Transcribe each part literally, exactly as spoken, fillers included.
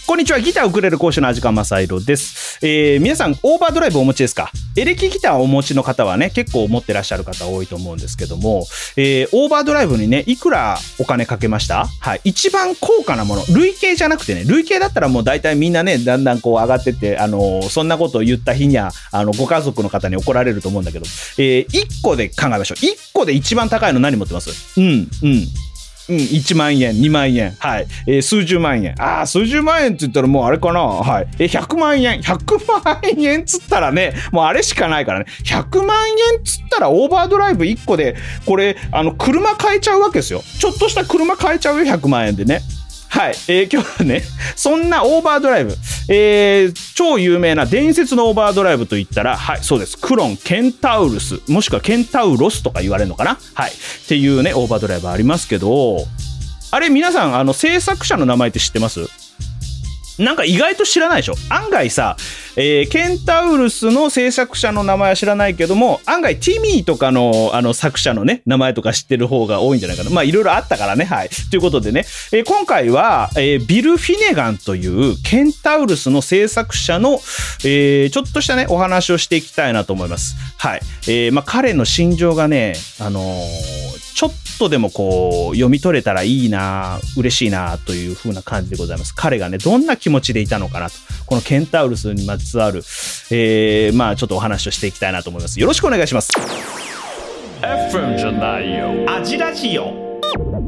こんにちは、ギターウクレレ講師の味川雅宏です。えー、皆さんオーバードライブお持ちですか？エレキギターをお持ちの方はね、結構持ってらっしゃる方多いと思うんですけども、えー、オーバードライブにね、いくらお金かけました？はい、一番高価なもの、累計じゃなくてね、累計だったらもう大体みんなね、だんだんこう上がってって、あのー、そんなことを言った日にはあのご家族の方に怒られると思うんだけど、えー、いっこで考えましょう。いっこで一番高いの何持ってます？うんうんうん、いちまんえん、にまんえん、はい、えー、数十万円。ああ、数十万円って言ったらもうあれかな、はい、えー、ひゃくまんえん、ひゃくまんえんつったらね、もうあれしかないからね。ひゃくまんえんつったらオーバードライブいっこで、これ、あの、車買えちゃうわけですよ。ちょっとした車買えちゃうよ、ひゃくまんえんでね。はい、えー、今日はね、そんなオーバードライブ、えー、超有名な伝説のオーバードライブといったら、はい、そうです。クロン、ケンタウルス、もしくはケンタウロスとか言われるのかな、はい、っていうね、オーバードライブありますけど、あれ皆さん、あの、制作者の名前って知ってます？なんか意外と知らないでしょ？案外さ、えー、ケンタウルスの制作者の名前は知らないけども、案外ティミーとかのあの作者のね、名前とか知ってる方が多いんじゃないかな。まあいろいろあったからね。はい。ということでね、えー、今回は、えー、ビル・フィネガンというケンタウルスの制作者の、えー、ちょっとしたね、お話をしていきたいなと思います。はい。えー、まあ彼の心情がね、あのー、ちょっとでもこう読み取れたらいいな、嬉しいなという風な感じでございます。彼がね、どんな気持ちでいたのかなと、このケンタウルスにまつわる、えー、まあちょっとお話をしていきたいなと思います。よろしくお願いします。 エフエム じゃないよ、アジラジオ。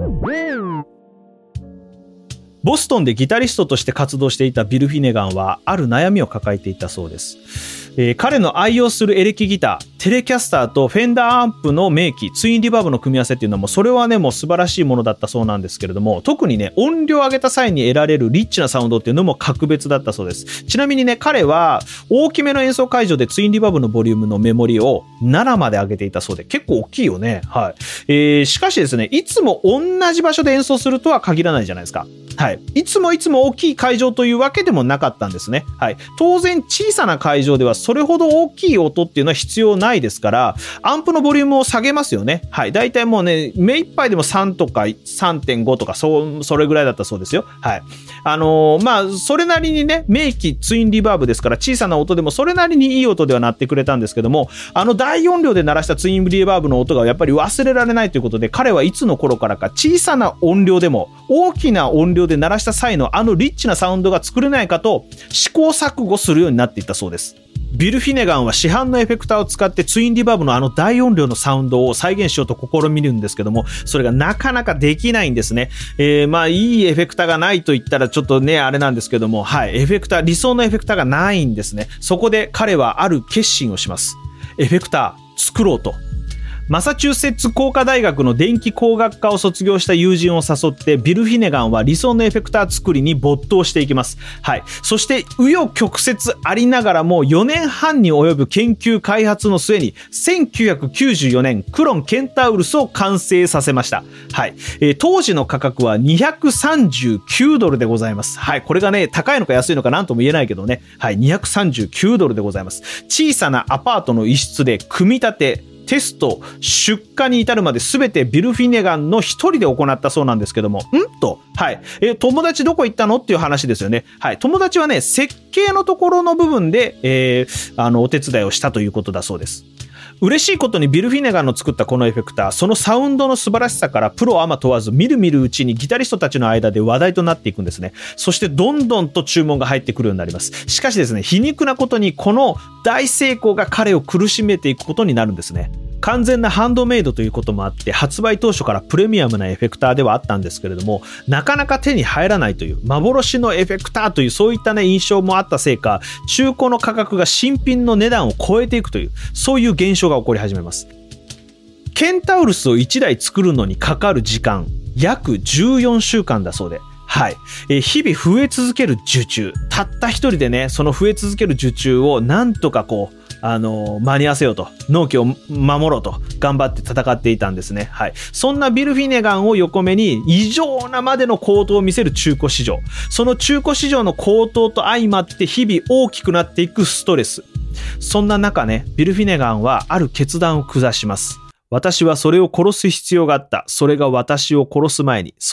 ボストンでギタリストとして活動していたビル・フィネガンはある悩みを抱えていたそうです。えー、彼の愛用するエレキギター、テレキャスターとフェンダーアンプの名機、ツインリバーブの組み合わせっていうのはもうそれはね、もう素晴らしいものだったそうなんですけれども、特にね、音量を上げた際に得られるリッチなサウンドっていうのも格別だったそうです。ちなみにね、彼は大きめの演奏会場でツインリバーブのボリュームのメモリをななまで上げていたそうで、結構大きいよね。はい。えー、しかしですね、いつも同じ場所で演奏するとは限らないじゃないですか。はい。いつもいつも大きい会場というわけでもなかったんですね。はい。当然小さな会場ではそれほど大きい音っていうのは必要ないですから、アンプのボリュームを下げますよね。はい。だいたいもうね、目いっぱいでもさんとか さんてんご とか、そう、それぐらいだったそうですよ。はい。あのー、まあ、それなりにね、名機ツインリバーブですから、小さな音でもそれなりにいい音では鳴ってくれたんですけども、あの大音量で鳴らしたツインリバーブの音がやっぱり忘れられないということで、彼はいつの頃からか小さな音量でも大きな音量で鳴らした際のあのリッチなサウンドが作れないかと試行錯誤するようになっていったそうです。ビル・フィネガンは市販のエフェクターを使ってツインリバーブのあの大音量のサウンドを再現しようと試みるんですけども、それがなかなかできないんですね。えー、まあいいエフェクターがないと言ったらちょっとねあれなんですけども、はい、エフェクター、理想のエフェクターがないんですね。そこで彼はある決心をします。エフェクター作ろうと。マサチューセッツ工科大学の電気工学科を卒業した友人を誘ってビル・フィネガンは理想のエフェクター作りに没頭していきます。はい。そして紆余曲折ありながらもよねんはんに及ぶ研究開発の末にせんきゅうひゃくきゅうじゅうよねんクロンケンタウルスを完成させました。はい。えー、当時の価格はにひゃくさんじゅうきゅうドルでございます。はい。これがね高いのか安いのかなんとも言えないけどね。はい。にひゃくさんじゅうきゅうドルでございます。小さなアパートの一室で組み立てテスト、出荷に至るまで全てビル・フィネガンの一人で行ったそうなんですけども、んと、はい。え、友達どこ行ったのっていう話ですよね。はい。友達はね、設計のところの部分で、えー、あの、お手伝いをしたということだそうです。嬉しいことにビル・フィネガンの作ったこのエフェクター、そのサウンドの素晴らしさからプロアマ問わずみるみるうちにギタリストたちの間で話題となっていくんですね。そしてどんどんと注文が入ってくるようになります。しかしですね、皮肉なことにこの大成功が彼を苦しめていくことになるんですね。完全なハンドメイドということもあって発売当初からプレミアムなエフェクターではあったんですけれども、なかなか手に入らないという幻のエフェクターというそういったね印象もあったせいか、中古の価格が新品の値段を超えていくというそういう現象が起こり始めます。ケンタウルスをいちだい作るのにかかる時間約じゅうよんしゅうかんだそうで、はい、えー、日々増え続ける受注、たった一人でねその増え続ける受注をなんとかこうあの間に合わせようと、納期を守ろうと頑張って戦っていたんですね。はい。そんなビル・フィネガンを横目に異常なまでの高騰を見せる中古市場、その中古市場の高騰と相まって日々大きくなっていくストレス、そんな中ねビル・フィネガンはある決断を下します。私はそれを殺す必要があった。それが私を殺す前に。そう言っ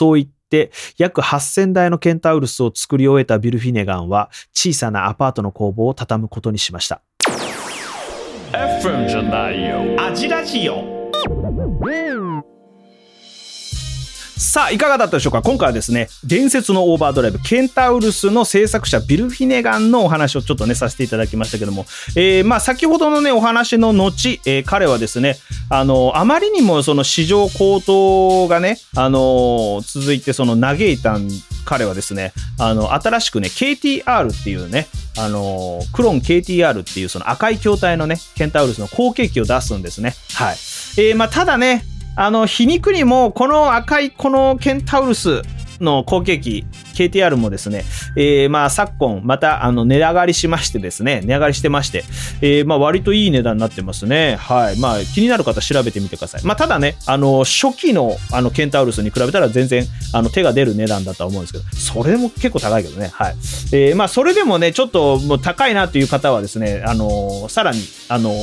って約はっせんだいのケンタウルスを作り終えたビル・フィネガンは小さなアパートの工房を畳むことにしました。 エフエム じゃないよ、アジラジオ。さあいかがだったでしょうか。今回はですね、伝説のオーバードライブケンタウルスの制作者ビル・フィネガンのお話をちょっとねさせていただきましたけども、えー、まあ先ほどのねお話の後、えー、彼はですね、あのあまりにもその市場高騰がね、あのー、続いてその嘆いた彼はですね、あの新しくね ケーティーアール っていうね、あのー、クロン ケーティーアール っていうその赤い筐体のねケンタウルスの後継機を出すんですね。はい。えー、まあただね、あの皮肉にもこの赤いこのケンタウルスの後継機 ケーティーアール もですね、えー、まあ昨今またあの値上がりしましてですね、値上がりしてまして、えー、まあ割といい値段になってますね。はい。まあ気になる方調べてみてください。まあただね、あの初期のあのケンタウルスに比べたら全然あの手が出る値段だとは思うんですけど、それも結構高いけどね。はい。えー、まあそれでもねちょっともう高いなという方はですね、あのさらにあの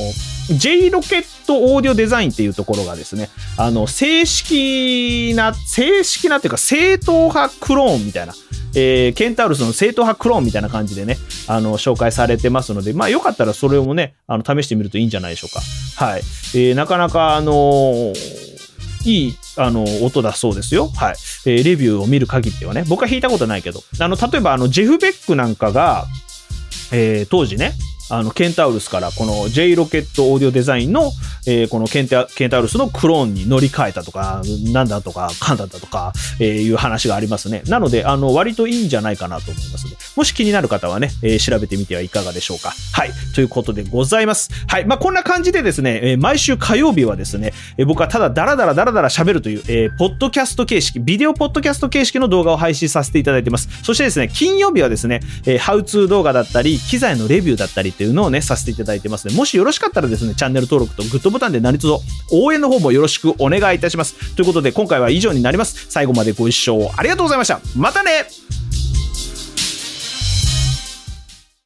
J ロケットオーディオデザインっていうところがですね、あの正式な正式なっていうか正統派クローンみたいな、えー、ケンタウルスの正統派クローンみたいな感じでね、あの紹介されてますので、まあよかったらそれをねあの試してみるといいんじゃないでしょうか。はい。えー、なかなかあのー、いいあの音だそうですよ。はい。えー、レビューを見る限りではね、僕は弾いたことないけど、あの例えばあのジェフ・ベックなんかが、えー、当時ね、あのケンタウルスからこの J ロケットオーディオデザインの、えー、このケンタ、ケンタウルスのクローンに乗り換えたとかなんだとかかんだとか、えー、いう話がありますね。なのであの割といいんじゃないかなと思いますので、もし気になる方はね、えー、調べてみてはいかがでしょうか。はい。ということでございます。はい。まあこんな感じでですね、えー、毎週火曜日はですね、えー、僕はただダラダラダラダラ喋るという、えー、ポッドキャスト形式、ビデオポッドキャスト形式の動画を配信させていただいてます。そしてですね、金曜日はですね、えー、ハウツー動画だったり機材のレビューだったりっていうのをねさせていただいてますので、もしよろしかったらですね、チャンネル登録とグッドボタンで何卒応援の方もよろしくお願いいたします。ということで今回は以上になります。最後までご視聴ありがとうございました。またね。